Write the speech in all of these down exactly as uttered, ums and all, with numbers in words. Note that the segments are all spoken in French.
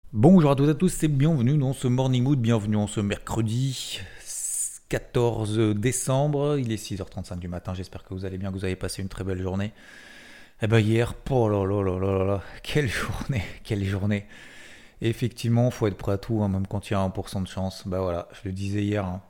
Bonjour à toutes et à tous et bienvenue dans ce Morning Mood, bienvenue en ce mercredi quatorze décembre, il est six heures trente-cinq du matin, j'espère que vous allez bien, que vous avez passé une très belle journée. Et ben hier, oh là là là là là là, quelle journée, quelle journée. Et effectivement, faut être prêt à tout, hein, même quand il y a un pour cent de chance, bah voilà, je le disais hier, hein.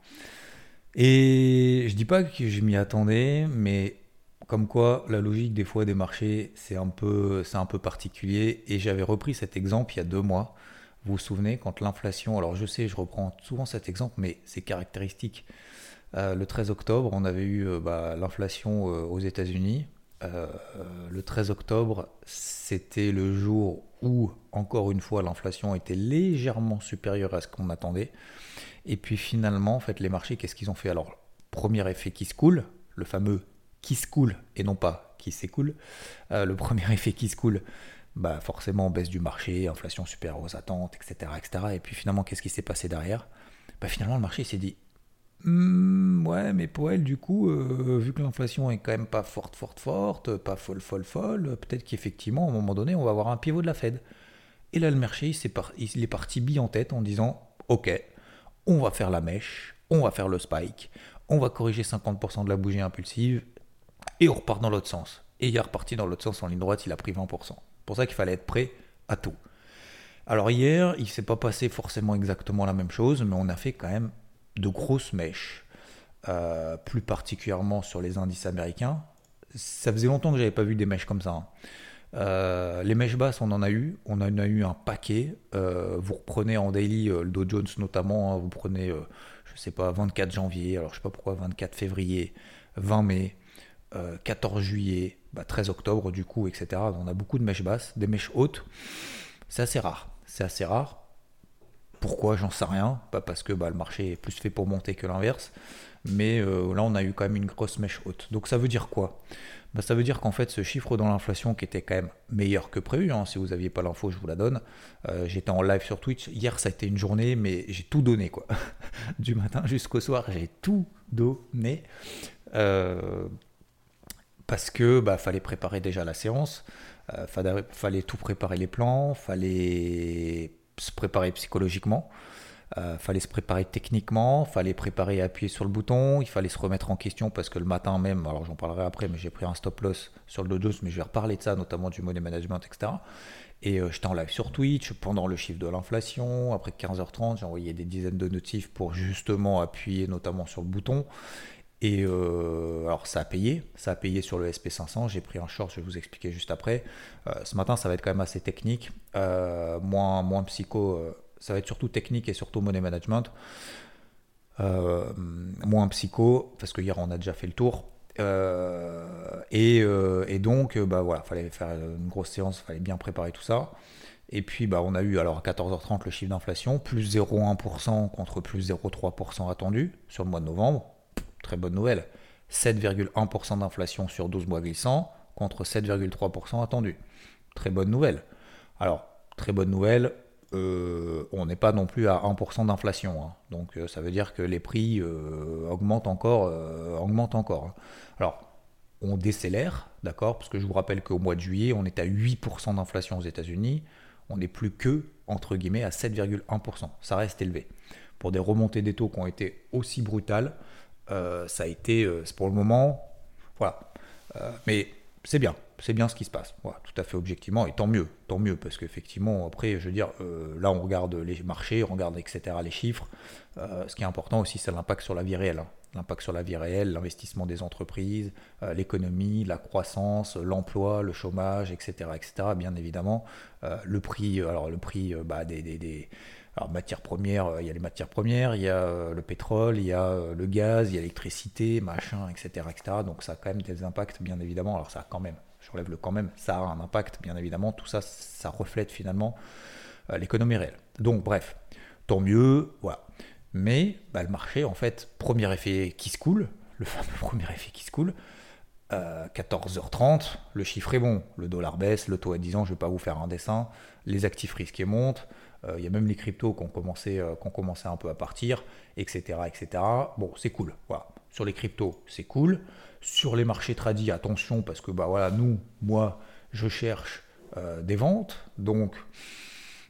Et je dis pas que je m'y attendais, mais comme quoi la logique des fois des marchés, c'est un peu, c'est un peu particulier. Et j'avais repris cet exemple il y a deux mois. Vous vous souvenez, quand l'inflation, alors je sais, je reprends souvent cet exemple, mais c'est caractéristique. Euh, le treize octobre, on avait eu euh, bah, l'inflation euh, aux États-Unis. Euh, le treize octobre, c'était le jour où, encore une fois, l'inflation était légèrement supérieure à ce qu'on attendait. Et puis finalement, en fait, les marchés, qu'est-ce qu'ils ont fait? Alors, premier effet qui se coule, le fameux qui se coule et non pas qui s'écoule. Euh, le premier effet qui se coule, bah forcément baisse du marché, inflation supérieure aux attentes, et cetera, et cetera. Et puis finalement, qu'est-ce qui s'est passé derrière? Bah finalement, le marché s'est dit, hmm, ouais, mais pour elle, du coup, euh, vu que l'inflation est quand même pas forte, forte, forte, pas folle, folle, folle, peut-être qu'effectivement, à un moment donné, on va avoir un pivot de la Fed. Et là, le marché, il, par- il est parti bille en tête en disant, ok, on va faire la mèche, on va faire le spike, on va corriger cinquante pour cent de la bougie impulsive, et on repart dans l'autre sens. Et il est reparti dans l'autre sens en ligne droite, il a pris vingt pour cent. C'est pour ça qu'il fallait être prêt à tout. Alors hier, il ne s'est pas passé forcément exactement la même chose, mais on a fait quand même de grosses mèches, euh, plus particulièrement sur les indices américains. Ça faisait longtemps que j'avais pas vu des mèches comme ça, hein. Euh, les mèches basses, on en a eu, on en a eu un paquet. Euh, vous reprenez en daily euh, le Dow Jones notamment, hein, vous prenez, euh, je sais pas, vingt-quatre janvier, alors je sais pas pourquoi vingt-quatre février, vingt mai, euh, quatorze juillet, bah, treize octobre du coup, et cetera. On a beaucoup de mèches basses, des mèches hautes. C'est assez rare. C'est assez rare. Pourquoi? J'en sais rien. Pas parce que bah, le marché est plus fait pour monter que l'inverse. Mais euh, là, on a eu quand même une grosse mèche haute. Donc ça veut dire quoi? Bah, ça veut dire qu'en fait, ce chiffre dans l'inflation qui était quand même meilleur que prévu, hein, si vous n'aviez pas l'info, je vous la donne. Euh, j'étais en live sur Twitch. Hier, ça a été une journée, mais j'ai tout donné, quoi. Du matin jusqu'au soir, j'ai tout donné. Euh, Parce que bah, fallait préparer déjà la séance, euh, fallait, fallait tout préparer les plans, fallait se préparer psychologiquement, euh, fallait se préparer techniquement, fallait préparer et appuyer sur le bouton, il fallait se remettre en question parce que le matin même, alors j'en parlerai après, mais j'ai pris un stop loss sur le Dow Jones, mais je vais reparler de ça, notamment du money management, et cetera. Et euh, j'étais en live sur Twitch pendant le chiffre de l'inflation, après quinze heures trente, j'ai envoyé des dizaines de notifs pour justement appuyer notamment sur le bouton. Et euh, alors ça a payé, ça a payé sur le S P cinq cents, j'ai pris un short, je vais vous expliquer juste après. Euh, ce matin ça va être quand même assez technique, euh, moins, moins psycho, euh, ça va être surtout technique et surtout money management. Euh, Moins psycho, parce que hier on a déjà fait le tour. Euh, et, euh, et donc euh, bah voilà, fallait faire une grosse séance, fallait bien préparer tout ça. Et puis bah on a eu alors à quatorze heures trente le chiffre d'inflation, plus zéro virgule un pour cent contre plus zéro virgule trois pour cent attendu sur le mois de novembre. Très bonne nouvelle. sept virgule un pour cent d'inflation sur douze mois glissants contre sept virgule trois pour cent attendu. Très bonne nouvelle. Alors, très bonne nouvelle, euh, on n'est pas non plus à un pour cent d'inflation, hein. Donc euh, ça veut dire que les prix euh, augmentent encore. Euh, augmentent encore, hein. Alors, on décélère, d'accord? Parce que je vous rappelle qu'au mois de juillet, on est à huit pour cent d'inflation aux États-Unis. On n'est plus que, entre guillemets, à sept virgule un pour cent. Ça reste élevé. Pour des remontées des taux qui ont été aussi brutales, euh, ça a été, euh, c'est pour le moment, voilà. Euh, mais c'est bien, c'est bien ce qui se passe, voilà, tout à fait objectivement, et tant mieux, tant mieux, parce qu'effectivement, après, je veux dire, euh, là, on regarde les marchés, on regarde, et cetera, les chiffres. Euh, ce qui est important aussi, c'est l'impact sur la vie réelle, hein. L'impact sur la vie réelle, l'investissement des entreprises, euh, l'économie, la croissance, l'emploi, le chômage, et cetera, et cetera. Bien évidemment, euh, le prix, alors le prix euh, bah, des, des, des alors, matières premières, euh, il y a les matières premières, il y a euh, le pétrole, il y a euh, le gaz, il y a l'électricité, machin, et cetera, et cetera. Donc ça a quand même des impacts, bien évidemment. Alors ça a quand même, j'enlève le quand même, ça a un impact, bien évidemment. Tout ça, ça reflète finalement euh, l'économie réelle. Donc bref, tant mieux, voilà. Mais bah, le marché, en fait, premier effet qui se coule, le fameux premier effet qui se coule, euh, quatorze heures trente, le chiffre est bon, le dollar baisse, le taux à dix ans, je ne vais pas vous faire un dessin, les actifs risqués montent, euh, il y a même les cryptos qui ont commencé, euh, qui ont commencé un peu à partir, et cetera, et cetera. Bon, c'est cool, voilà. Sur les cryptos, c'est cool. Sur les marchés tradis, attention, parce que bah voilà, nous, moi, je cherche euh, des ventes, donc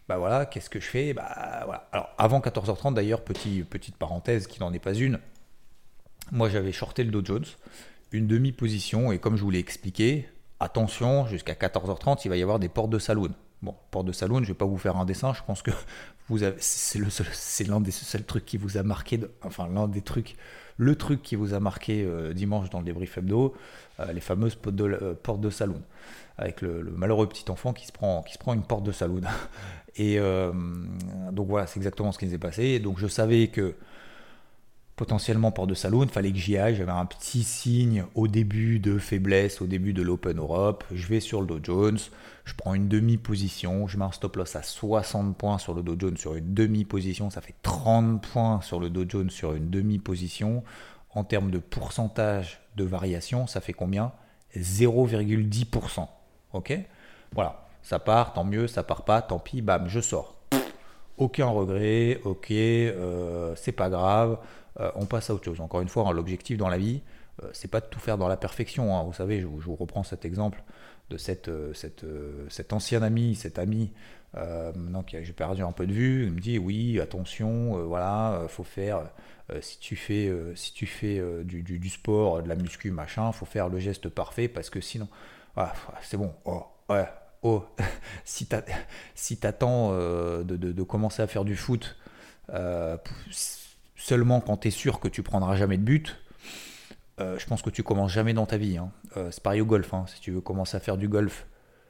bah voilà, qu'est-ce que je fais? Bah voilà. Alors avant quatorze heures trente d'ailleurs, petit, petite parenthèse qui n'en est pas une, moi j'avais shorté le Dow Jones, une demi-position, et comme je vous l'ai expliqué, attention, jusqu'à quatorze heures trente, il va y avoir des portes de saloon. Bon, portes de saloon, je ne vais pas vous faire un dessin, je pense que vous avez, c'est, le seul, c'est l'un des seuls trucs qui vous a marqué, de, enfin l'un des trucs, le truc qui vous a marqué euh, dimanche dans le débrief hebdo, euh, les fameuses portes de, euh, portes de saloon, avec le, le malheureux petit enfant qui se prend, qui se prend une porte de saloon. Et euh, donc voilà, c'est exactement ce qui s'est passé. Et donc je savais que potentiellement porte de saloon, il fallait que j'y aille. J'avais un petit signe au début de faiblesse, au début de l'Open Europe. Je vais sur le Dow Jones, je prends une demi-position, je mets un stop loss à soixante points sur le Dow Jones sur une demi-position. Ça fait trente points sur le Dow Jones sur une demi-position. En termes de pourcentage de variation, ça fait combien? zéro virgule dix pour cent. Ok? Voilà. Ça part, tant mieux, ça part pas, tant pis, bam, je sors. Aucun regret, ok, euh, c'est pas grave, euh, on passe à autre chose. Encore une fois, hein, l'objectif dans la vie, euh, c'est pas de tout faire dans la perfection. Hein. Vous savez, je, je vous reprends cet exemple de cette, euh, cette, euh, cet ancien ami, cet ami, euh, maintenant que j'ai perdu un peu de vue, il me dit oui, attention, euh, voilà, euh, faut faire, euh, si tu fais, euh, si tu fais euh, du, du, du sport, de la muscu, machin, faut faire le geste parfait parce que sinon, ah, c'est bon, oh, ouais. Oh, si t'a- si t'attends euh, de, de- de commencer à faire du foot euh, seulement quand t'es sûr que tu prendras jamais de but, euh, je pense que tu commences jamais dans ta vie. Hein. Euh, c'est pareil au golf. Hein. Si tu veux commencer à faire du golf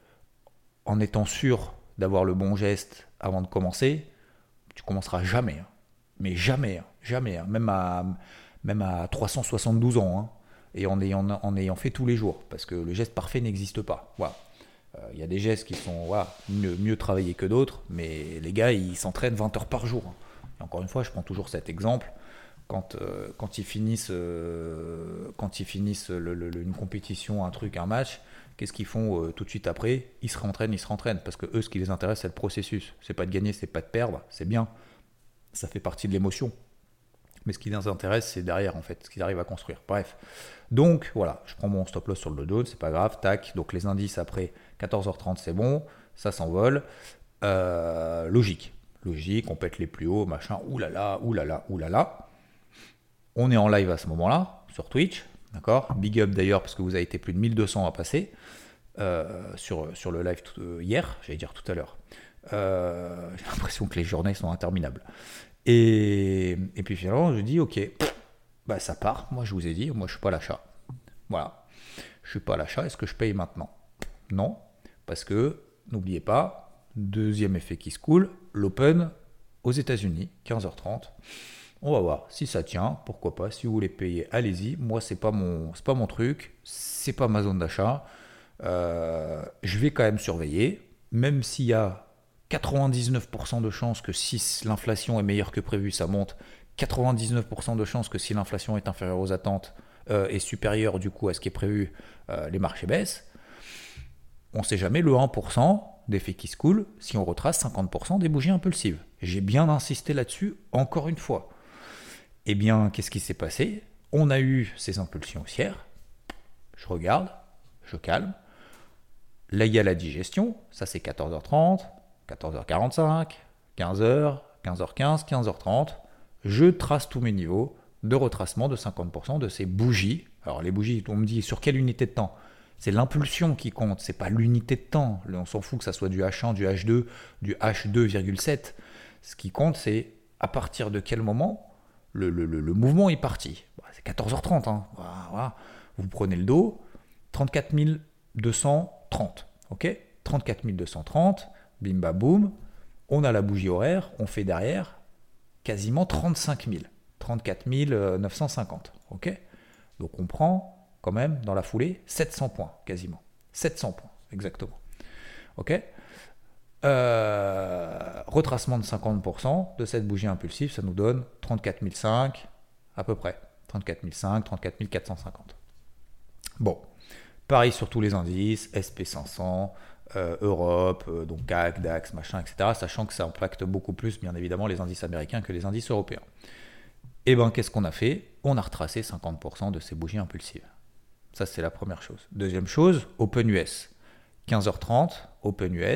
en étant sûr d'avoir le bon geste avant de commencer, tu commenceras jamais. Hein. Mais jamais, hein. Jamais. Hein. Même à, même à trois cent soixante-douze ans. Hein. Et en ayant, en ayant fait tous les jours. Parce que le geste parfait n'existe pas. Voilà. Il euh, y a des gestes qui sont voilà, mieux, mieux travaillés que d'autres, mais les gars, ils s'entraînent vingt heures par jour. Et encore une fois, je prends toujours cet exemple. Quand, euh, quand ils finissent, euh, quand ils finissent le, le, une compétition, un truc, un match, qu'est-ce qu'ils font euh, tout de suite après? Ils se rentraînent, ils se rentraînent. Parce que eux, ce qui les intéresse, c'est le processus. C'est pas de gagner, c'est pas de perdre. C'est bien. Ça fait partie de l'émotion. Mais ce qui les intéresse, c'est derrière, en fait, ce qu'ils arrivent à construire. Bref. Donc, voilà, je prends mon stop loss sur le Dow Jones, c'est pas grave, tac. Donc, les indices après quatorze heures trente, c'est bon, ça s'envole. Euh, logique. Logique, on pète les plus hauts, machin, oulala, oulala, oulala. On est en live à ce moment-là, sur Twitch, d'accord? Big up d'ailleurs, parce que vous avez été plus de mille deux cents à passer euh, sur, sur le live tout, euh, hier, j'allais dire tout à l'heure. Euh, j'ai l'impression que les journées sont interminables. Et, et puis finalement, je dis, ok, bah ça part. Moi, je vous ai dit, moi, je suis pas à l'achat. Voilà. Je suis pas à l'achat. Est-ce que je paye maintenant? Non. Parce que, n'oubliez pas, deuxième effet qui se coule, l'Open aux États-Unis, quinze heures trente. On va voir si ça tient. Pourquoi pas? Si vous voulez payer, allez-y. Moi, c'est pas mon, c'est pas mon truc. C'est pas ma zone d'achat. Euh, je vais quand même surveiller. Même s'il y a quatre-vingt-dix-neuf pour cent de chances que si l'inflation est meilleure que prévu, ça monte. quatre-vingt-dix-neuf pour cent de chances que si l'inflation est inférieure aux attentes euh, et supérieure du coup à ce qui est prévu, euh, les marchés baissent. On ne sait jamais le un pour cent d'effet qui se coule si on retrace cinquante pour cent des bougies impulsives. J'ai bien insisté là-dessus encore une fois. Eh bien, qu'est-ce qui s'est passé? On a eu ces impulsions haussières. Je regarde, je calme. Là, il y a la digestion. Ça, c'est quatorze heures trente. quatorze heures quarante-cinq, quinze heures, quinze heures quinze, quinze heures trente, je trace tous mes niveaux de retracement de cinquante pour cent de ces bougies. Alors les bougies, on me dit sur quelle unité de temps? C'est l'impulsion qui compte, c'est pas l'unité de temps. On s'en fout que ça soit du H un, du H deux, du H deux virgule sept. Ce qui compte, c'est à partir de quel moment le, le, le, le mouvement est parti. C'est quatorze heures trente. Hein. Voilà. Vous prenez le dos, trente-quatre mille deux cent trente. Ok, trente-quatre mille deux cent trente. Bim bam boum, on a la bougie horaire, on fait derrière quasiment trente-cinq mille, trente-quatre mille neuf cent cinquante, ok? Donc on prend quand même dans la foulée sept cents points quasiment, sept cents points exactement, ok? Euh, retracement de cinquante pour cent de cette bougie impulsive, ça nous donne trente-quatre mille cinq à peu près, trente-quatre mille cinq, trente-quatre mille quatre cent cinquante. Bon, pareil sur tous les indices, S P cinq cents, Euh, Europe, euh, donc C A C, DAX, machin, et cetera, sachant que ça impacte beaucoup plus, bien évidemment, les indices américains que les indices européens. Et bien, qu'est-ce qu'on a fait? On a retracé cinquante pour cent de ces bougies impulsives. Ça, c'est la première chose. Deuxième chose, Open U S. quinze heures trente, Open U S,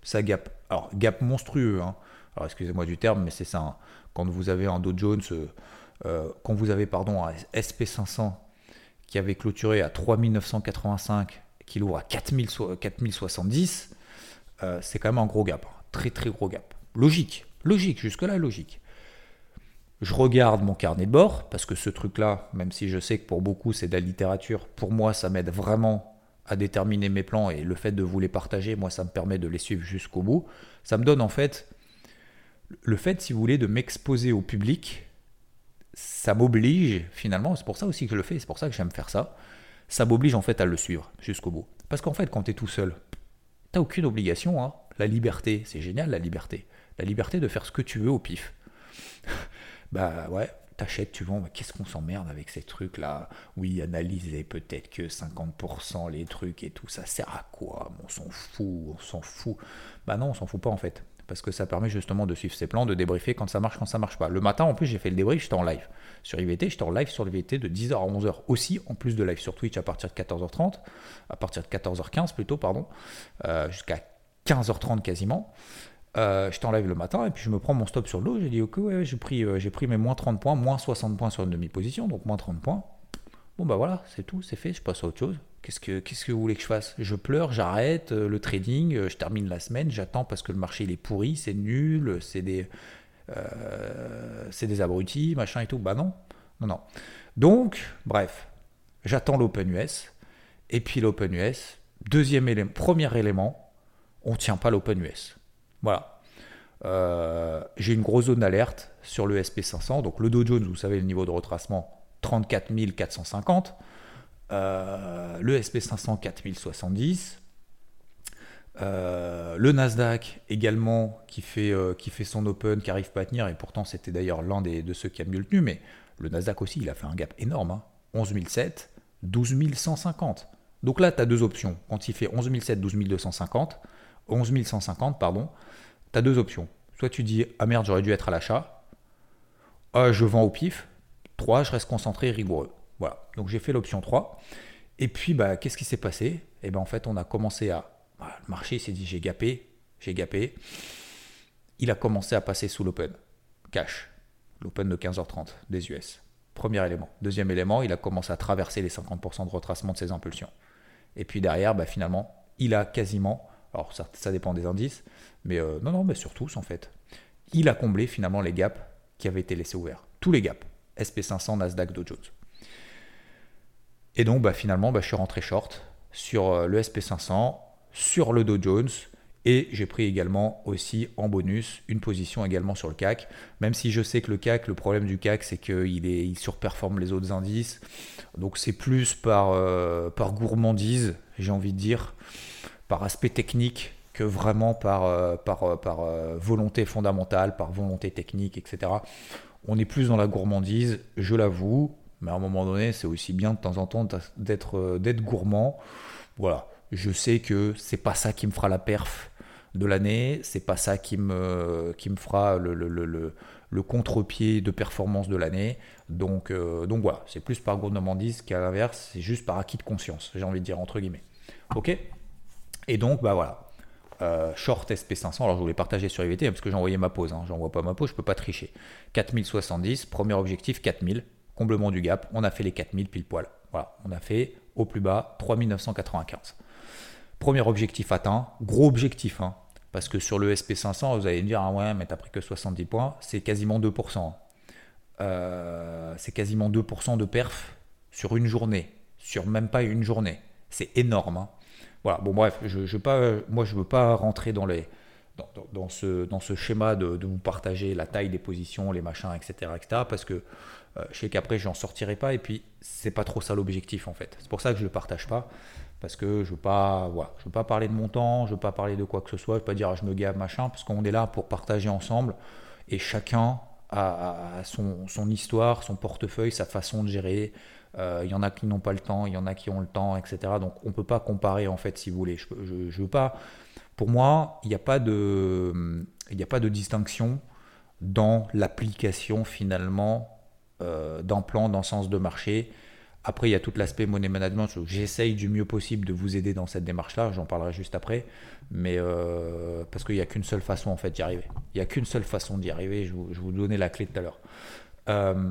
ça gap. Alors, gap monstrueux, hein. Alors, excusez-moi du terme, mais c'est ça, hein. Quand vous avez un Dow Jones, euh, euh, quand vous avez, pardon, un S P cinq cents qui avait clôturé à trois mille neuf cent quatre-vingt-cinq, qui l'ouvre à quatre mille soixante-dix, euh, c'est quand même un gros gap, hein. Très, très gros gap. Logique, logique, jusque-là, logique. Je regarde mon carnet de bord, parce que ce truc-là, même si je sais que pour beaucoup c'est de la littérature, pour moi ça m'aide vraiment à déterminer mes plans, et le fait de vous les partager, moi ça me permet de les suivre jusqu'au bout. Ça me donne en fait, le fait si vous voulez de m'exposer au public, ça m'oblige finalement, c'est pour ça aussi que je le fais, c'est pour ça que j'aime faire ça, ça m'oblige en fait à le suivre jusqu'au bout. Parce qu'en fait quand tu es tout seul, t'as aucune obligation, hein. La liberté, c'est génial la liberté. La liberté de faire ce que tu veux au pif. Bah ouais, t'achètes, tu vends, mais qu'est-ce qu'on s'emmerde avec ces trucs-là? Oui, analyser peut-être que cinquante pour cent les trucs et tout, ça sert à quoi? On s'en fout, on s'en fout. Bah non, on s'en fout pas en fait. Parce que ça permet justement de suivre ses plans, de débriefer quand ça marche, quand ça marche pas. Le matin, en plus, j'ai fait le débrief, j'étais en live. Sur I V T, j'étais en live sur le I V T de dix heures à onze heures aussi, en plus de live sur Twitch à partir de quatorze heures trente, à partir de quatorze heures quinze plutôt, pardon, euh, jusqu'à quinze heures trente quasiment. Euh, j'étais en live le matin et puis je me prends mon stop sur le dos. J'ai dit ok, ouais, j'ai pris, euh, j'ai pris mes moins trente points, moins soixante points sur une demi-position, donc moins trente points. Bon bah voilà, c'est tout, c'est fait, je passe à autre chose. Qu'est-ce que, qu'est-ce que vous voulez que je fasse? Je pleure, j'arrête euh, le trading, euh, je termine la semaine, j'attends parce que le marché il est pourri, c'est nul, c'est des, euh, c'est des abrutis, machin et tout. Bah non, non, non. Donc, bref, j'attends l'Open U S. Et puis l'Open U S, deuxième élément, premier élément, on ne tient pas l'Open U S. Voilà. Euh, j'ai une grosse zone d'alerte sur le S P cinq cents. Donc le Dow Jones, vous savez, le niveau de retracement, trente-quatre mille quatre cent cinquante. Euh, le S P cinq cents, quatre mille soixante-dix. Euh, le Nasdaq également qui fait, euh, qui fait son open, qui n'arrive pas à tenir. Et pourtant, c'était d'ailleurs l'un des, de ceux qui a mieux tenu. Mais le Nasdaq aussi, il a fait un gap énorme, hein. onze mille sept, douze mille cent cinquante. Donc là, tu as deux options. Quand il fait onze mille sept, douze mille deux cent cinquante, onze mille cent cinquante, pardon, tu as deux options. Soit tu dis ah merde, j'aurais dû être à l'achat. Ah, je vends au pif. trois, je reste concentré et rigoureux. Voilà. Donc j'ai fait l'option trois. Et puis bah qu'est-ce qui s'est passé? Et ben en fait, on a commencé à voilà, le marché s'est dit j'ai gapé, j'ai gapé. Il a commencé à passer sous l'open cash, l'open de quinze heures trente des U S. Premier élément. Deuxième élément, il a commencé à traverser les cinquante pour cent de retracement de ses impulsions. Et puis derrière, bah, finalement, il a quasiment, alors ça, ça dépend des indices, mais euh, non, non, mais sur tous en fait, il a comblé finalement les gaps qui avaient été laissés ouverts. Tous les gaps, S P cinq cents, Nasdaq, Dow Jones. Et donc bah, finalement, bah, je suis rentré short sur euh, le S P cinq cents, sur le Dow Jones, et j'ai pris également aussi en bonus une position également sur le C A C, même si je sais que le C A C, le problème du C A C, c'est qu'il est, il surperforme les autres indices, donc c'est plus par, euh, par gourmandise, j'ai envie de dire, par aspect technique, que vraiment par, euh, par, euh, par euh, volonté fondamentale, par volonté technique, et cetera. On est plus dans la gourmandise, je l'avoue, mais à un moment donné, c'est aussi bien de temps en temps d'être, euh, d'être gourmand. Voilà, je sais que c'est pas ça qui me fera la perf de l'année, c'est pas ça qui me, qui me fera le, le, le, le, le contre-pied de performance de l'année. Donc, euh, donc voilà, c'est plus par gourmandise qu'à l'inverse, c'est juste par acquis de conscience, j'ai envie de dire entre guillemets. Ok. Et donc, bah voilà. Euh, short S P cinq cents, alors je voulais partager sur I V T parce que j'ai envoyé ma pause, hein. J'envoie pas ma pause, je peux pas tricher. quatre mille soixante-dix, premier objectif quatre mille, comblement du gap, on a fait les quatre mille pile poil. Voilà, on a fait au plus bas trois mille neuf cent quatre-vingt-quinze. Premier objectif atteint, gros objectif, hein, parce que sur le S P cinq cents, vous allez me dire ah ouais, mais t'as pris que soixante-dix points, c'est quasiment deux pour cent. Euh, c'est quasiment deux pour cent de perf sur une journée, sur même pas une journée. C'est énorme, hein. Voilà, bon bref, je, je pas, moi je ne veux pas rentrer dans, les, dans, dans, dans, ce, dans ce schéma de, de vous partager la taille des positions, les machins, et cetera, et cetera parce que euh, je sais qu'après je n'en sortirai pas et puis c'est pas trop ça l'objectif en fait. C'est pour ça que je ne le partage pas, parce que je ne veux pas, voilà, je veux pas parler de mon temps, je ne veux pas parler de quoi que ce soit, je ne veux pas dire ah, je me gave, machin, parce qu'on est là pour partager ensemble et chacun a, a son, son histoire, son portefeuille, sa façon de gérer. Il euh, y en a qui n'ont pas le temps, il y en a qui ont le temps, et cetera. Donc on ne peut pas comparer en fait si vous voulez. Je, je, je veux pas. Pour moi, il n'y a pas de, il n'y a pas de distinction dans l'application finalement euh, d'un plan, d'un sens de marché Après, il y a tout l'aspect money management. J'essaye du mieux possible de vous aider dans cette démarche-là. J'en parlerai juste après. Mais euh, parce qu'il n'y a qu'une seule façon en fait d'y arriver. Il n'y a qu'une seule façon d'y arriver. Je vous, je vous donnais la clé tout à l'heure. Euh,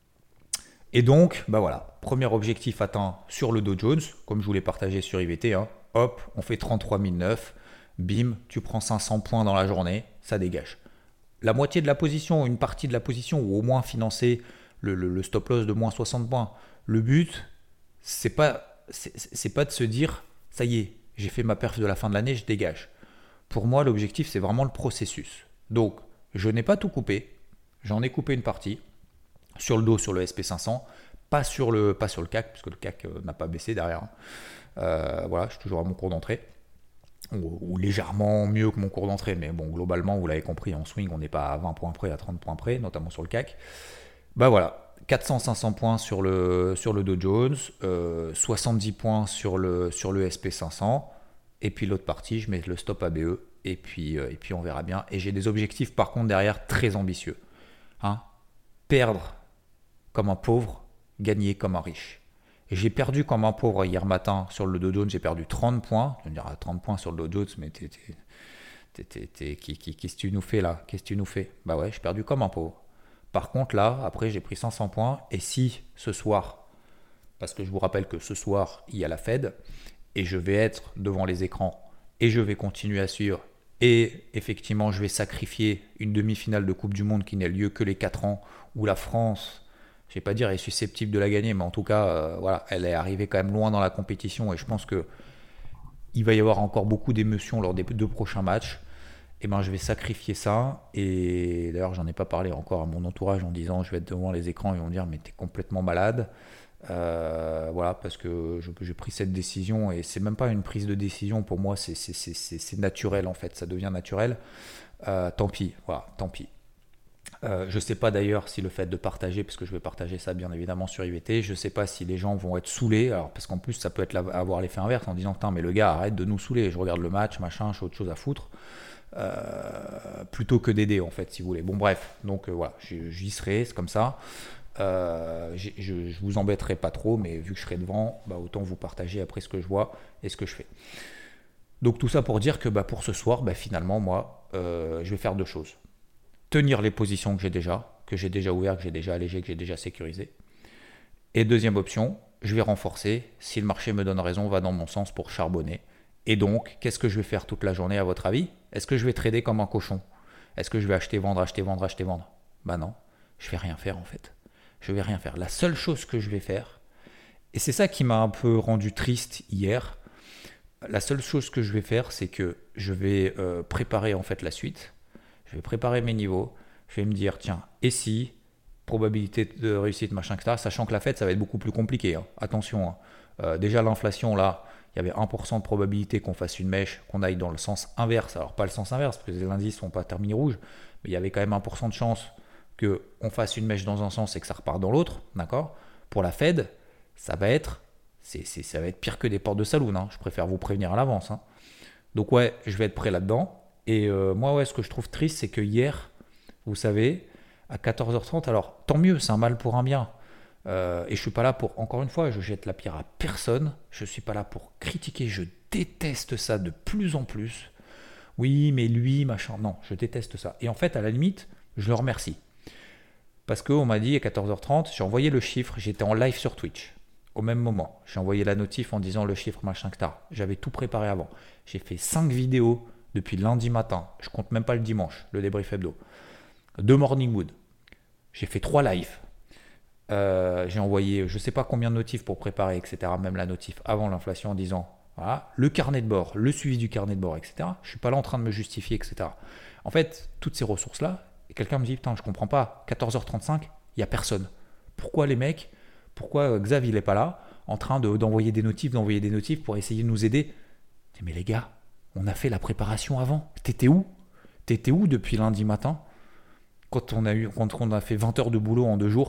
et donc, bah voilà. Premier objectif atteint sur le Dow Jones, comme je vous l'ai partagé sur I V T. Hein. Hop, on fait trente-trois mille neuf. Bim, tu prends cinq cents points dans la journée. Ça dégage. La moitié de la position, une partie de la position, ou au moins financer le, le, le stop loss de moins soixante points. Le but, c'est pas, c'est, c'est pas de se dire, ça y est, j'ai fait ma perf de la fin de l'année, je dégage. Pour moi, l'objectif, c'est vraiment le processus. Donc, je n'ai pas tout coupé. J'en ai coupé une partie sur le dos, sur le S P cinq cents, pas sur le, pas sur le C A C, puisque le C A C euh, n'a pas baissé derrière. Euh, voilà, je suis toujours à mon cours d'entrée. Ou, ou légèrement mieux que mon cours d'entrée, mais bon, globalement, vous l'avez compris, en swing, on n'est pas à vingt points près, à trente points près, notamment sur le C A C. Bah voilà, quatre cents à cinq cents points sur le, sur le Dow Jones, euh, soixante-dix points sur le, sur le S P cinq cents, et puis l'autre partie, je mets le stop A B E, et puis, euh, et puis on verra bien. Et j'ai des objectifs par contre derrière très ambitieux. Hein, perdre comme un pauvre, gagner comme un riche. Et j'ai perdu comme un pauvre hier matin sur le Dow Jones, j'ai perdu trente points. Je vais me dire, trente points sur le Dow Jones, mais t'es, t'es, t'es, t'es, t'es, qu'est-ce que tu nous fais là Qu'est-ce que tu nous fais Bah ouais, j'ai perdu comme un pauvre. Par contre, là, après, j'ai pris cinq cents points. Et si ce soir, parce que je vous rappelle que ce soir, il y a la Fed, et je vais être devant les écrans, et je vais continuer à suivre, et effectivement, je vais sacrifier une demi-finale de Coupe du Monde qui n'a lieu que les quatre ans, où la France, je ne vais pas dire est susceptible de la gagner, mais en tout cas, euh, voilà, elle est arrivée quand même loin dans la compétition, et je pense qu'il va y avoir encore beaucoup d'émotions lors des deux prochains matchs. Et ben, je vais sacrifier ça. Et d'ailleurs, j'en ai pas parlé encore à mon entourage en disant je vais être devant les écrans et ils vont me dire mais t'es complètement malade. Euh, voilà, parce que je, j'ai pris cette décision et c'est même pas une prise de décision pour moi, c'est, c'est, c'est, c'est, c'est naturel en fait, ça devient naturel. Euh, tant pis, voilà, tant pis. Euh, je sais pas d'ailleurs si le fait de partager, parce que je vais partager ça bien évidemment sur I V T, je sais pas si les gens vont être saoulés, alors parce qu'en plus ça peut être la, avoir l'effet inverse en disant putain mais le gars arrête de nous saouler, je regarde le match, machin, j'ai autre chose à foutre. Euh, plutôt que d'aider en fait si vous voulez. Bon bref, donc euh, voilà, j'y serai, c'est comme ça. Euh, je, je vous embêterai pas trop, mais vu que je serai devant, bah, autant vous partager après ce que je vois et ce que je fais. Donc tout ça pour dire que bah, pour ce soir, bah, finalement moi, euh, je vais faire deux choses. Tenir les positions que j'ai déjà, que j'ai déjà ouvertes, que j'ai déjà allégées, que j'ai déjà sécurisées. Et deuxième option, je vais renforcer. Si le marché me donne raison, va dans mon sens pour charbonner. Et donc, qu'est-ce que je vais faire toute la journée à votre avis ? Est-ce que je vais trader comme un cochon ? Est-ce que je vais acheter, vendre, acheter, vendre, acheter, vendre ? Bah non, je vais rien faire en fait. Je vais rien faire. La seule chose que je vais faire, et c'est ça qui m'a un peu rendu triste hier, la seule chose que je vais faire, c'est que je vais euh, préparer en fait la suite. Je vais préparer mes niveaux. Je vais me dire, tiens, et si, probabilité de réussite, machin, et cetera. Sachant que la Fed, ça va être beaucoup plus compliqué. Hein. Attention, hein. Euh, déjà l'inflation là, il y avait un pour cent de probabilité qu'on fasse une mèche, qu'on aille dans le sens inverse. Alors pas le sens inverse, parce que les indices ne sont pas terminés rouges, mais il y avait quand même un pour cent de chance qu'on fasse une mèche dans un sens et que ça repart dans l'autre. D'accord ? Pour la Fed, ça va être, c'est, c'est, ça va être pire que des portes de saloon. Hein. Je préfère vous prévenir à l'avance. Hein. Donc ouais, je vais être prêt là-dedans. Et euh, moi, ouais, ce que je trouve triste, c'est que hier, vous savez, à quatorze heures trente, alors tant mieux, c'est un mal pour un bien. Euh, et je suis pas là pour, encore une fois, je jette la pierre à personne. Je suis pas là pour critiquer. Je déteste ça de plus en plus. Oui, mais lui, machin. Non, je déteste ça. Et en fait, à la limite, je le remercie. Parce qu'on m'a dit à quatorze heures trente, j'ai envoyé le chiffre, j'étais en live sur Twitch. Au même moment, j'ai envoyé la notif en disant le chiffre, machin, et cetera. J'avais tout préparé avant. J'ai fait cinq vidéos depuis lundi matin. Je compte même pas le dimanche, le débrief hebdo. Deux morning wood. J'ai fait trois lives. Euh, j'ai envoyé je ne sais pas combien de notifs pour préparer, et cetera. Même la notif avant l'inflation en disant voilà, le carnet de bord, le suivi du carnet de bord, et cetera. Je ne suis pas là en train de me justifier, et cetera. En fait, toutes ces ressources-là, et quelqu'un me dit putain, je ne comprends pas, quatorze heures trente-cinq, il n'y a personne. Pourquoi les mecs, pourquoi Xav il n'est pas là, en train de, d'envoyer des notifs, d'envoyer des notifs pour essayer de nous aider ? Mais les gars, on a fait la préparation avant. T'étais où ? T'étais où depuis lundi matin quand on a eu, quand on a fait vingt heures de boulot en deux jours ?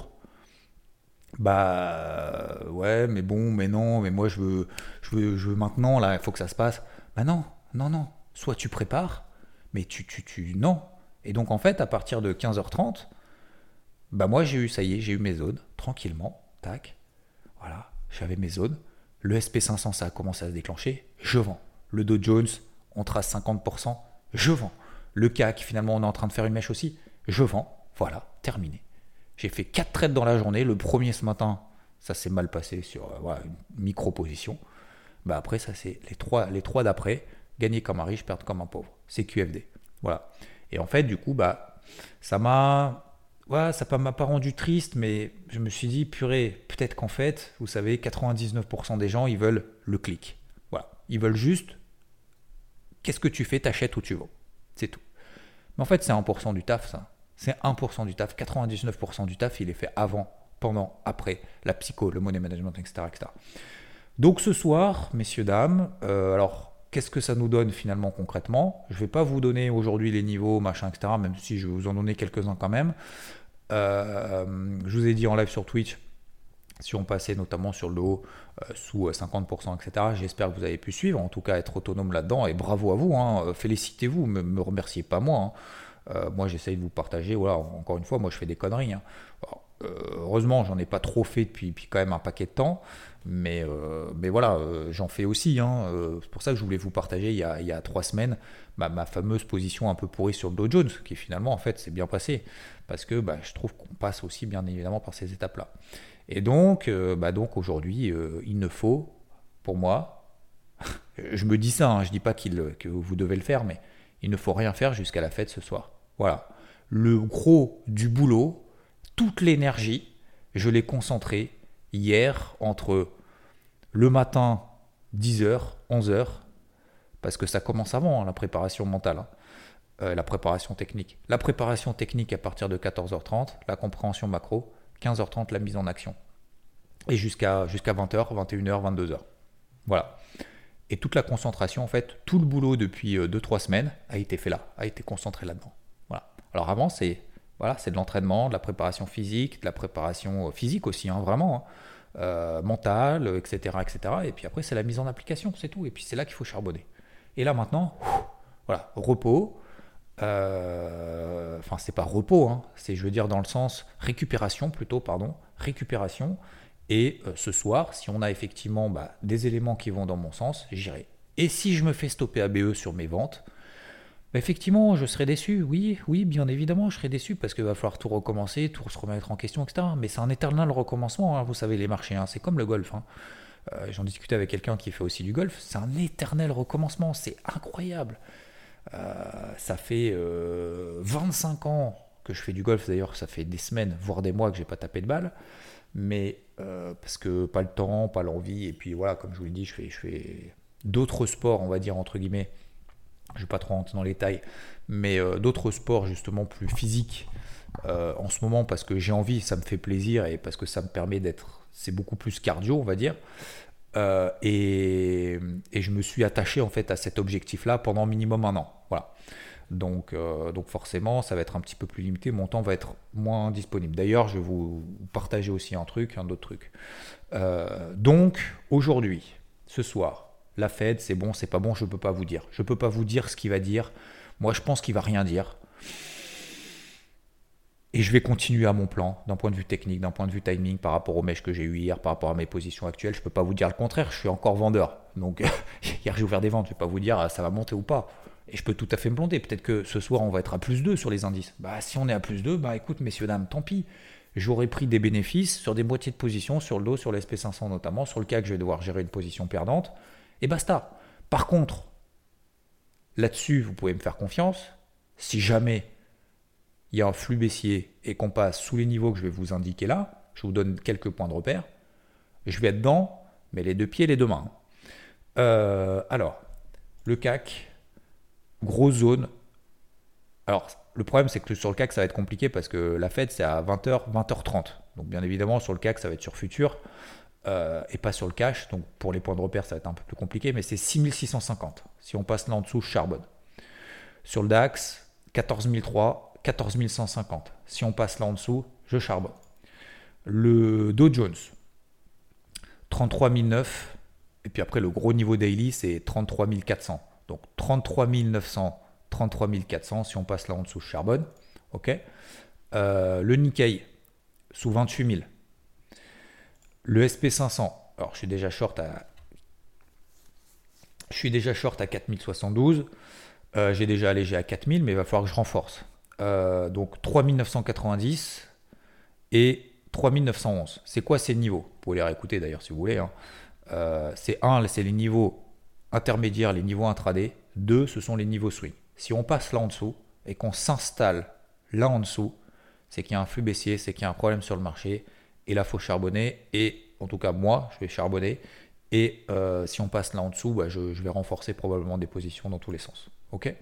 Bah ouais, mais bon, mais non, mais moi je veux, je veux, je veux maintenant, là, il faut que ça se passe. Bah non, non, non. Soit tu prépares, mais tu, tu, tu, non. Et donc en fait, à partir de quinze heures trente, bah moi j'ai eu, ça y est, j'ai eu mes zones, tranquillement, tac, voilà. j'avais mes zones. Le S P cinq cents, ça a commencé à se déclencher, je vends. Le Dow Jones, on trace cinquante pour cent, je vends. Le C A C, finalement, on est en train de faire une mèche aussi, je vends. Voilà, terminé. J'ai fait quatre trades dans la journée. Le premier ce matin, ça s'est mal passé sur euh, voilà, une micro-position. Bah après, ça c'est les trois, les trois d'après, gagner comme un riche, perdre comme un pauvre. C'est Q F D. Voilà. Et en fait, du coup, bah, ça m'a. Ouais, ça m'a pas rendu triste, mais je me suis dit, purée, peut-être qu'en fait, vous savez, quatre-vingt-dix-neuf pour cent des gens, ils veulent le clic. Voilà. Ils veulent juste, qu'est-ce que tu fais, t'achètes ou tu vends. C'est tout. Mais en fait, c'est un pour cent du taf, ça. C'est un pour cent du taf. quatre-vingt-dix-neuf pour cent du taf, il est fait avant, pendant, après, la psycho, le money management, et cetera et cetera. Donc ce soir, messieurs, dames, euh, alors qu'est-ce que ça nous donne finalement concrètement? Je ne vais pas vous donner aujourd'hui les niveaux, machin, et cetera, même si je vais vous en donner quelques-uns quand même. Euh, je vous ai dit en live sur Twitch, si on passait notamment sur le haut euh, sous cinquante pour cent, et cetera. J'espère que vous avez pu suivre, en tout cas être autonome là-dedans, et bravo à vous, hein, félicitez-vous, ne me, me remerciez pas moi. Hein. Euh, moi j'essaye de vous partager, voilà, encore une fois, moi je fais des conneries. Hein. Alors, euh, heureusement, j'en ai pas trop fait depuis, depuis quand même un paquet de temps, mais, euh, mais voilà, euh, j'en fais aussi. Hein. Euh, c'est pour ça que je voulais vous partager il y a, il y a trois semaines ma, ma fameuse position un peu pourrie sur le Dow Jones, qui finalement en fait s'est bien passé, parce que bah, je trouve qu'on passe aussi bien évidemment par ces étapes-là. Et donc, euh, bah donc aujourd'hui, euh, il ne faut, pour moi, je me dis ça, hein, je dis pas qu'il, que vous devez le faire, mais il ne faut rien faire jusqu'à la fête ce soir. Voilà. Le gros du boulot, toute l'énergie, je l'ai concentrée hier entre le matin dix heures, onze heures, parce que ça commence avant, hein, la préparation mentale, hein, euh, la préparation technique. La préparation technique à partir de quatorze heures trente, la compréhension macro, quinze heures trente, la mise en action. Et jusqu'à jusqu'à vingt heures, vingt et une heures, vingt-deux heures. Voilà. Et toute la concentration, en fait, tout le boulot depuis deux trois semaines a été fait là, a été concentré là-dedans. Voilà. Alors avant, c'est voilà, c'est de l'entraînement, de la préparation physique, de la préparation physique aussi, hein, vraiment, hein, euh, mentale, et cetera, et cetera. Et puis après, c'est la mise en application, c'est tout. Et puis c'est là qu'il faut charbonner. Et là maintenant, voilà, repos. Euh, enfin, c'est pas repos, hein, c'est, je veux dire, dans le sens récupération plutôt, pardon, récupération. Et euh, ce soir, si on a effectivement bah, des éléments qui vont dans mon sens, j'irai. Et si je me fais stopper A B E sur mes ventes, bah, effectivement, je serai déçu. Oui, oui, bien évidemment, je serai déçu parce qu'il va falloir tout recommencer, tout se remettre en question, et cetera. Mais c'est un éternel recommencement, hein, vous savez, les marchés, hein, c'est comme le golf. Hein. Euh, j'en discutais avec quelqu'un qui fait aussi du golf, c'est un éternel recommencement, c'est incroyable. Euh, ça fait euh, vingt-cinq ans que je fais du golf, d'ailleurs, ça fait des semaines, voire des mois que j'ai pas tapé de balle. Mais euh, parce que pas le temps, pas l'envie, et puis voilà, comme je vous l'ai dit, je fais, je fais d'autres sports, on va dire entre guillemets, je ne vais pas trop rentrer dans les détails, mais euh, d'autres sports justement plus physiques euh, en ce moment parce que j'ai envie, ça me fait plaisir et parce que ça me permet d'être, c'est beaucoup plus cardio, on va dire. Euh, et, et je me suis attaché en fait à cet objectif-là pendant minimum un an. Voilà. Donc, euh, donc forcément, ça va être un petit peu plus limité, mon temps va être moins disponible. D'ailleurs, je vais vous partager aussi un truc, un autre truc. Euh, donc, aujourd'hui, ce soir, la Fed, c'est bon, c'est pas bon, je peux pas vous dire. Je peux pas vous dire ce qu'il va dire. Moi, je pense qu'il va rien dire. Et je vais continuer à mon plan, d'un point de vue technique, d'un point de vue timing, par rapport aux mèches que j'ai eues hier, par rapport à mes positions actuelles. Je ne peux pas vous dire le contraire, je suis encore vendeur. Donc, hier, j'ai ouvert des ventes, je ne vais pas vous dire ça va monter ou pas. Et je peux tout à fait me planter. Peut-être que ce soir, on va être à plus deux sur les indices. Bah, si on est à plus deux, bah écoute, messieurs, dames, tant pis. J'aurais pris des bénéfices sur des moitiés de position, sur le dos, sur l'S P cinq cents notamment, sur le cas que je vais devoir gérer une position perdante. Et basta. Par contre, là-dessus, vous pouvez me faire confiance. Si jamais il y a un flux baissier et qu'on passe sous les niveaux que je vais vous indiquer là, je vous donne quelques points de repère, je vais être dedans, mais les deux pieds et les deux mains. Euh, alors, le C A C, grosse zone. Alors, le problème, c'est que sur le C A C, ça va être compliqué parce que la Fed, c'est à vingt heures, vingt heures trente. Donc, bien évidemment, sur le C A C, ça va être sur futur euh, et pas sur le cash. Donc, pour les points de repère, ça va être un peu plus compliqué, mais c'est six mille six cent cinquante. Si on passe là en dessous, je charbonne. Sur le DAX, quatorze mille trois. quatorze mille cent cinquante. Si on passe là en dessous, je charbonne. Le Dow Jones, trente-trois mille neuf. Et puis après, le gros niveau daily, c'est trente-trois mille quatre cents. Donc trente-trois mille neuf cents, trente-trois mille quatre cents. Si on passe là en dessous, je charbonne. OK. Euh, le Nikkei, sous vingt-huit mille. Le S P cinq cents, Alors, je suis déjà short à, je suis déjà short à quatre mille soixante-douze. Euh, j'ai déjà allégé à quatre mille, mais il va falloir que je renforce. Euh, donc, trois mille neuf cent quatre-vingt-dix et trois mille neuf cent onze. C'est quoi ces niveaux? Vous pouvez les réécouter d'ailleurs si vous voulez. Hein. Euh, c'est un, c'est les niveaux intermédiaires, les niveaux intraday. Deux, ce sont les niveaux swing. Si on passe là en dessous et qu'on s'installe là en dessous, c'est qu'il y a un flux baissier, c'est qu'il y a un problème sur le marché. Et là, il faut charbonner. Et en tout cas, moi, je vais charbonner. Et euh, si on passe là en dessous, bah, je, je vais renforcer probablement des positions dans tous les sens. Ok.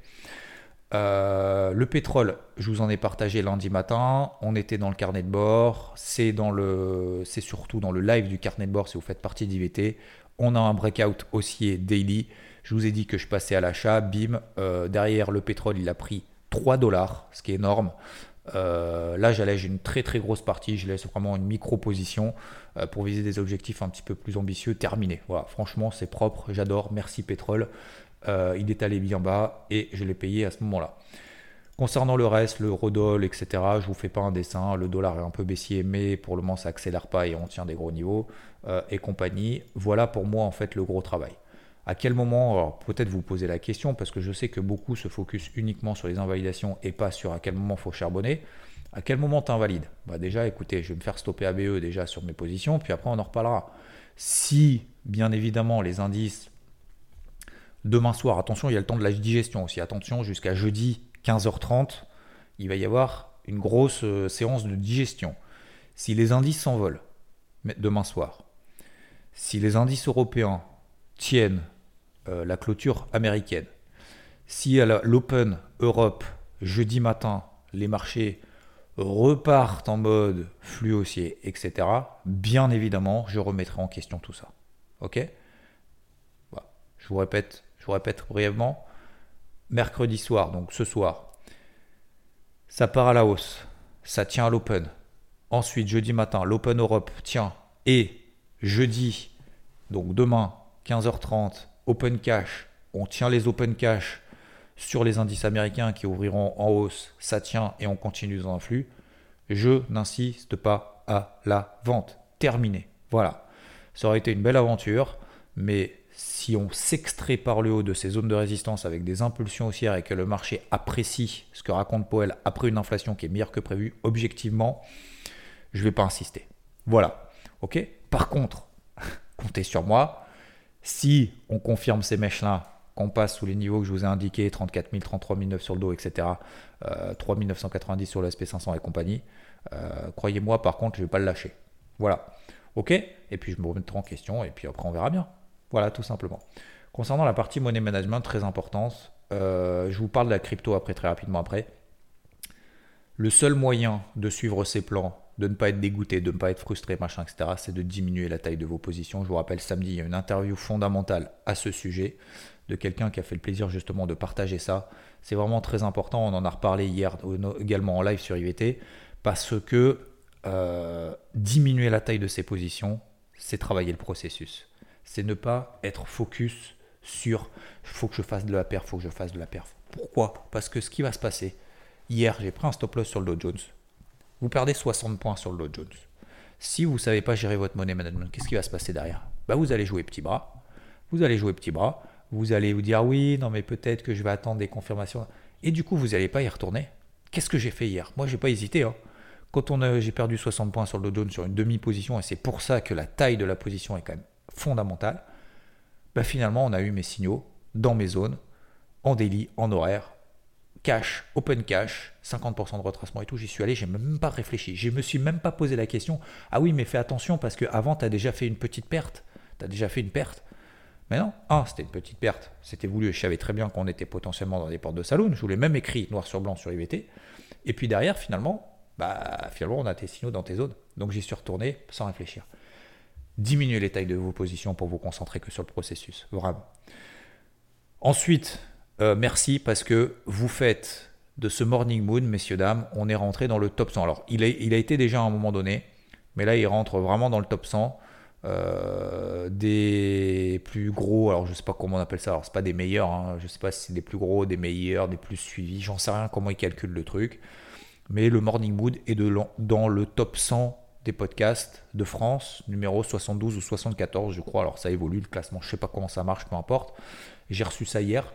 Euh, le pétrole, je vous en ai partagé lundi matin. On était dans le carnet de bord. C'est dans le, c'est surtout dans le live du carnet de bord si vous faites partie d'I V T. On a un breakout haussier daily. Je vous ai dit que je passais à l'achat. Bim. Euh, derrière le pétrole, il a pris trois dollars, ce qui est énorme. Euh, là, j'allège une très très grosse partie. Je laisse vraiment une micro position euh, pour viser des objectifs un petit peu plus ambitieux. Terminé. Voilà. Franchement, c'est propre. J'adore. Merci pétrole. Euh, il est allé bien bas et je l'ai payé à ce moment-là. Concernant le reste, le Rodol, et cetera, je ne vous fais pas un dessin. Le dollar est un peu baissier, mais pour le moment, ça accélère pas et on tient des gros niveaux euh, et compagnie. Voilà pour moi, en fait, le gros travail. À quel moment, alors peut-être vous posez la question, parce que je sais que beaucoup se focus uniquement sur les invalidations et pas sur à quel moment il faut charbonner. À quel moment tu invalides? Bah déjà, écoutez, je vais me faire stopper A B E déjà sur mes positions, puis après on en reparlera. Si, bien évidemment, les indices, demain soir, attention, il y a le temps de la digestion aussi, attention, jusqu'à jeudi quinze heures trente, il va y avoir une grosse euh, séance de digestion. Si les indices s'envolent demain soir, si les indices européens tiennent euh, la clôture américaine, si à la, l'Open Europe, jeudi matin, les marchés repartent en mode flux haussier, et cetera, bien évidemment, je remettrai en question tout ça. Ok? Voilà. Je vous répète, je vous répète brièvement. Mercredi soir, donc ce soir, ça part à la hausse, ça tient à l'Open. Ensuite, jeudi matin, l'Open Europe tient et jeudi, donc demain, quinze heures trente, Open Cash, on tient les Open Cash sur les indices américains qui ouvriront en hausse, ça tient et on continue dans un flux. Je n'insiste pas à la vente. Terminé. Voilà. Ça aurait été une belle aventure, mais si on s'extrait par le haut de ces zones de résistance avec des impulsions haussières et que le marché apprécie ce que raconte Powell après une inflation qui est meilleure que prévu, objectivement, je ne vais pas insister. Voilà. Ok. Par contre, comptez sur moi. Si on confirme ces mèches-là, qu'on passe sous les niveaux que je vous ai indiqués, trente-quatre mille, trente-trois mille neuf sur le dos, et cetera, euh, trois mille neuf cent quatre-vingt-dix sur le S and P cinq cents et compagnie, euh, croyez-moi, par contre, je ne vais pas le lâcher. Voilà. Ok. Et puis, je me remettrai en question et puis après, on verra bien. Voilà, tout simplement. Concernant la partie money management, très importante, euh, je vous parle de la crypto après, très rapidement après. Le seul moyen de suivre ces plans, de ne pas être dégoûté, de ne pas être frustré, machin, et cetera, c'est de diminuer la taille de vos positions. Je vous rappelle, samedi, il y a une interview fondamentale à ce sujet de quelqu'un qui a fait le plaisir justement de partager ça. C'est vraiment très important. On en a reparlé hier également en live sur I V T parce que euh, diminuer la taille de ses positions, c'est travailler le processus. C'est ne pas être focus sur « il faut que je fasse de la perf, il faut que je fasse de la perf ». Pourquoi? Parce que ce qui va se passer, hier j'ai pris un stop loss sur le Dow Jones, vous perdez soixante points sur le Dow Jones. Si vous ne savez pas gérer votre money management, qu'est-ce qui va se passer derrière? Bah, vous allez jouer petit bras, vous allez jouer petit bras, vous allez vous dire oui, non mais peut-être que je vais attendre des confirmations, et du coup vous n'allez pas y retourner. Qu'est-ce que j'ai fait hier? Moi j'ai pas hésité, hein. Quand on a, j'ai perdu soixante points sur le Dow Jones sur une demi-position, et c'est pour ça que la taille de la position est quand même fondamentale, bah finalement on a eu mes signaux dans mes zones, en daily, en horaire, cash, open cash, cinquante pour cent de retracement et tout, j'y suis allé, j'ai même pas réfléchi, je me suis même pas posé la question, ah oui mais fais attention parce qu'avant tu as déjà fait une petite perte, tu as déjà fait une perte, mais non, ah c'était une petite perte, c'était voulu, je savais très bien qu'on était potentiellement dans des portes de saloon, je vous l'ai même écrit noir sur blanc sur I V T, et puis derrière finalement, bah finalement on a tes signaux dans tes zones, donc j'y suis retourné sans réfléchir. Diminuez les tailles de vos positions pour vous concentrer que sur le processus, vraiment. Ensuite, euh, merci parce que vous faites de ce morning moon, messieurs, dames, on est rentré dans le top cent. Alors, il a, il a été déjà à un moment donné, mais là, il rentre vraiment dans le top cent euh, des plus gros. Alors, je ne sais pas comment on appelle ça. Alors, ce n'est pas des meilleurs. Hein, je ne sais pas si c'est des plus gros, des meilleurs, des plus suivis. J'en sais rien comment ils calculent le truc. Mais le morning moon est de, dans le top cent des podcasts de France, numéro soixante-douze ou soixante-quatorze, je crois. Alors ça évolue le classement, je ne sais pas comment ça marche, peu importe. J'ai reçu ça hier.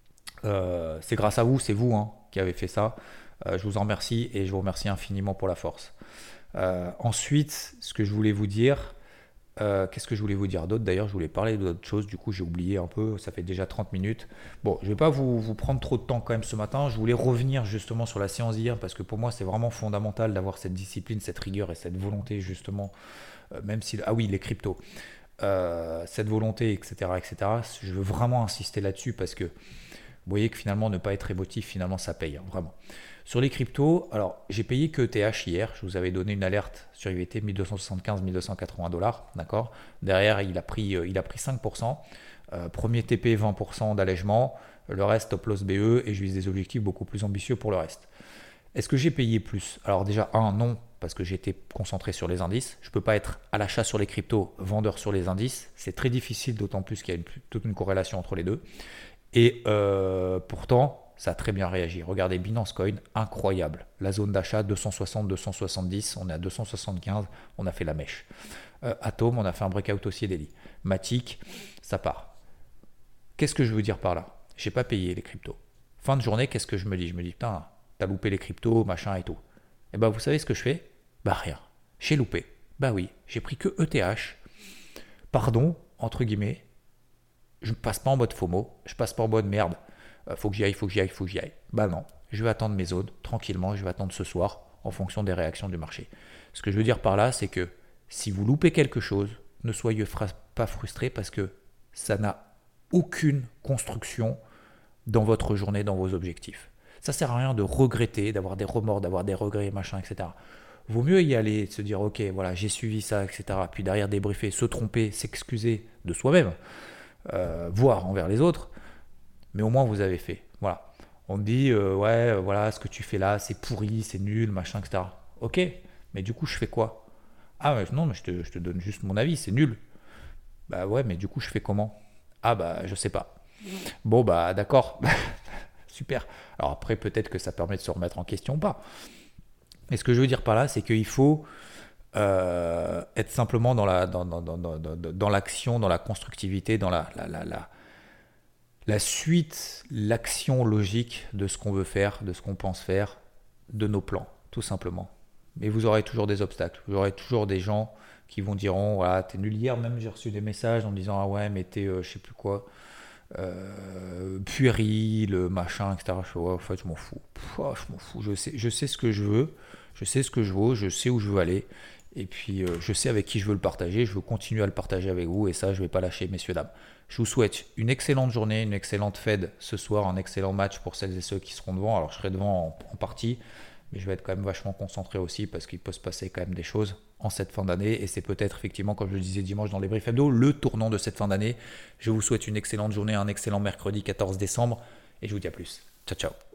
Euh, c'est grâce à vous, c'est vous hein, qui avez fait ça. Euh, je vous en remercie et je vous remercie infiniment pour la force. Euh, ensuite, ce que je voulais vous dire, euh, qu'est-ce que je voulais vous dire d'autre? D'ailleurs, je voulais parler d'autre chose, du coup j'ai oublié un peu, ça fait déjà trente minutes. Bon, je ne vais pas vous, vous prendre trop de temps quand même ce matin, je voulais revenir justement sur la séance d'hier parce que pour moi c'est vraiment fondamental d'avoir cette discipline, cette rigueur et cette volonté justement, euh, même si... Ah oui, les cryptos. Euh, cette volonté, et cetera, et cetera. Je veux vraiment insister là-dessus parce que vous voyez que finalement ne pas être émotif, finalement ça paye, hein, vraiment. Sur les cryptos, alors j'ai payé que E T H hier, je vous avais donné une alerte sur I V T mille deux cent soixante-quinze mille deux cent quatre-vingts dollars, d'accord. Derrière il a pris, euh, il a pris cinq pour cent, euh, premier T P vingt pour cent d'allègement, le reste top loss B E et je vise des objectifs beaucoup plus ambitieux pour le reste. Est-ce que j'ai payé plus? Alors déjà, un, non, parce que j'étais concentré sur les indices. Je ne peux pas être à l'achat sur les cryptos, vendeur sur les indices. C'est très difficile, d'autant plus qu'il y a une, toute une corrélation entre les deux. Et euh, pourtant, ça a très bien réagi. Regardez Binance Coin, incroyable. La zone d'achat deux cent soixante, deux cent soixante-dix, on est à deux cent soixante-quinze, on a fait la mèche. Euh, Atom, on a fait un breakout haussier daily. Matic, ça part. Qu'est-ce que je veux dire par là? J'ai pas payé les cryptos. Fin de journée, qu'est-ce que je me dis? Je me dis, putain, t'as loupé les cryptos, machin et tout. Et bah, vous savez ce que je fais? Bah, rien. J'ai loupé. Bah oui, j'ai pris que E T H. Pardon, entre guillemets. Je ne passe pas en mode FOMO, je passe pas en mode merde, euh, faut que j'y aille, faut que j'y aille, faut que j'y aille. Bah non, je vais attendre mes zones tranquillement, je vais attendre ce soir en fonction des réactions du marché. Ce que je veux dire par là, c'est que si vous loupez quelque chose, ne soyez pas frustré parce que ça n'a aucune construction dans votre journée, dans vos objectifs. Ça sert à rien de regretter, d'avoir des remords, d'avoir des regrets, machin, et cetera. Vaut mieux y aller, se dire ok, voilà, j'ai suivi ça, et cetera. Puis derrière débriefer, se tromper, s'excuser de soi-même. Euh, voire envers les autres, mais au moins vous avez fait. Voilà. On me dit, euh, ouais, euh, voilà, ce que tu fais là, c'est pourri, c'est nul, machin, et cetera. Ok, mais du coup, je fais quoi? Ah, mais non, mais je te, je te donne juste mon avis, c'est nul. Bah ouais, mais du coup, je fais comment? Ah, bah, je sais pas. Bon, bah, d'accord. Super. Alors après, peut-être que ça permet de se remettre en question ou pas. Mais ce que je veux dire par là, c'est qu'il faut Euh, être simplement dans, la, dans, dans, dans, dans, dans l'action, dans la constructivité, dans la, la, la, la, la suite, l'action logique de ce qu'on veut faire, de ce qu'on pense faire, de nos plans, tout simplement. Mais vous aurez toujours des obstacles, vous aurez toujours des gens qui vont dire, voilà, t'es nul. Hier même j'ai reçu des messages en me disant, ah ouais, mais t'es, euh, je sais plus quoi, euh, puéril, machin, et cetera. Je fais, ouais, en fait, je m'en fous. Pff, oh, je m'en fous, je sais, je sais ce que je veux, je sais ce que je vaux, je sais où je veux aller. Et puis, euh, je sais avec qui je veux le partager. Je veux continuer à le partager avec vous. Et ça, je ne vais pas lâcher, messieurs, dames. Je vous souhaite une excellente journée, une excellente Fed ce soir, un excellent match pour celles et ceux qui seront devant. Alors, je serai devant en, en partie, mais je vais être quand même vachement concentré aussi parce qu'il peut se passer quand même des choses en cette fin d'année. Et c'est peut-être, effectivement, comme je le disais dimanche dans les briefs hebdo, le tournant de cette fin d'année. Je vous souhaite une excellente journée, un excellent mercredi quatorze décembre. Et je vous dis à plus. Ciao, ciao.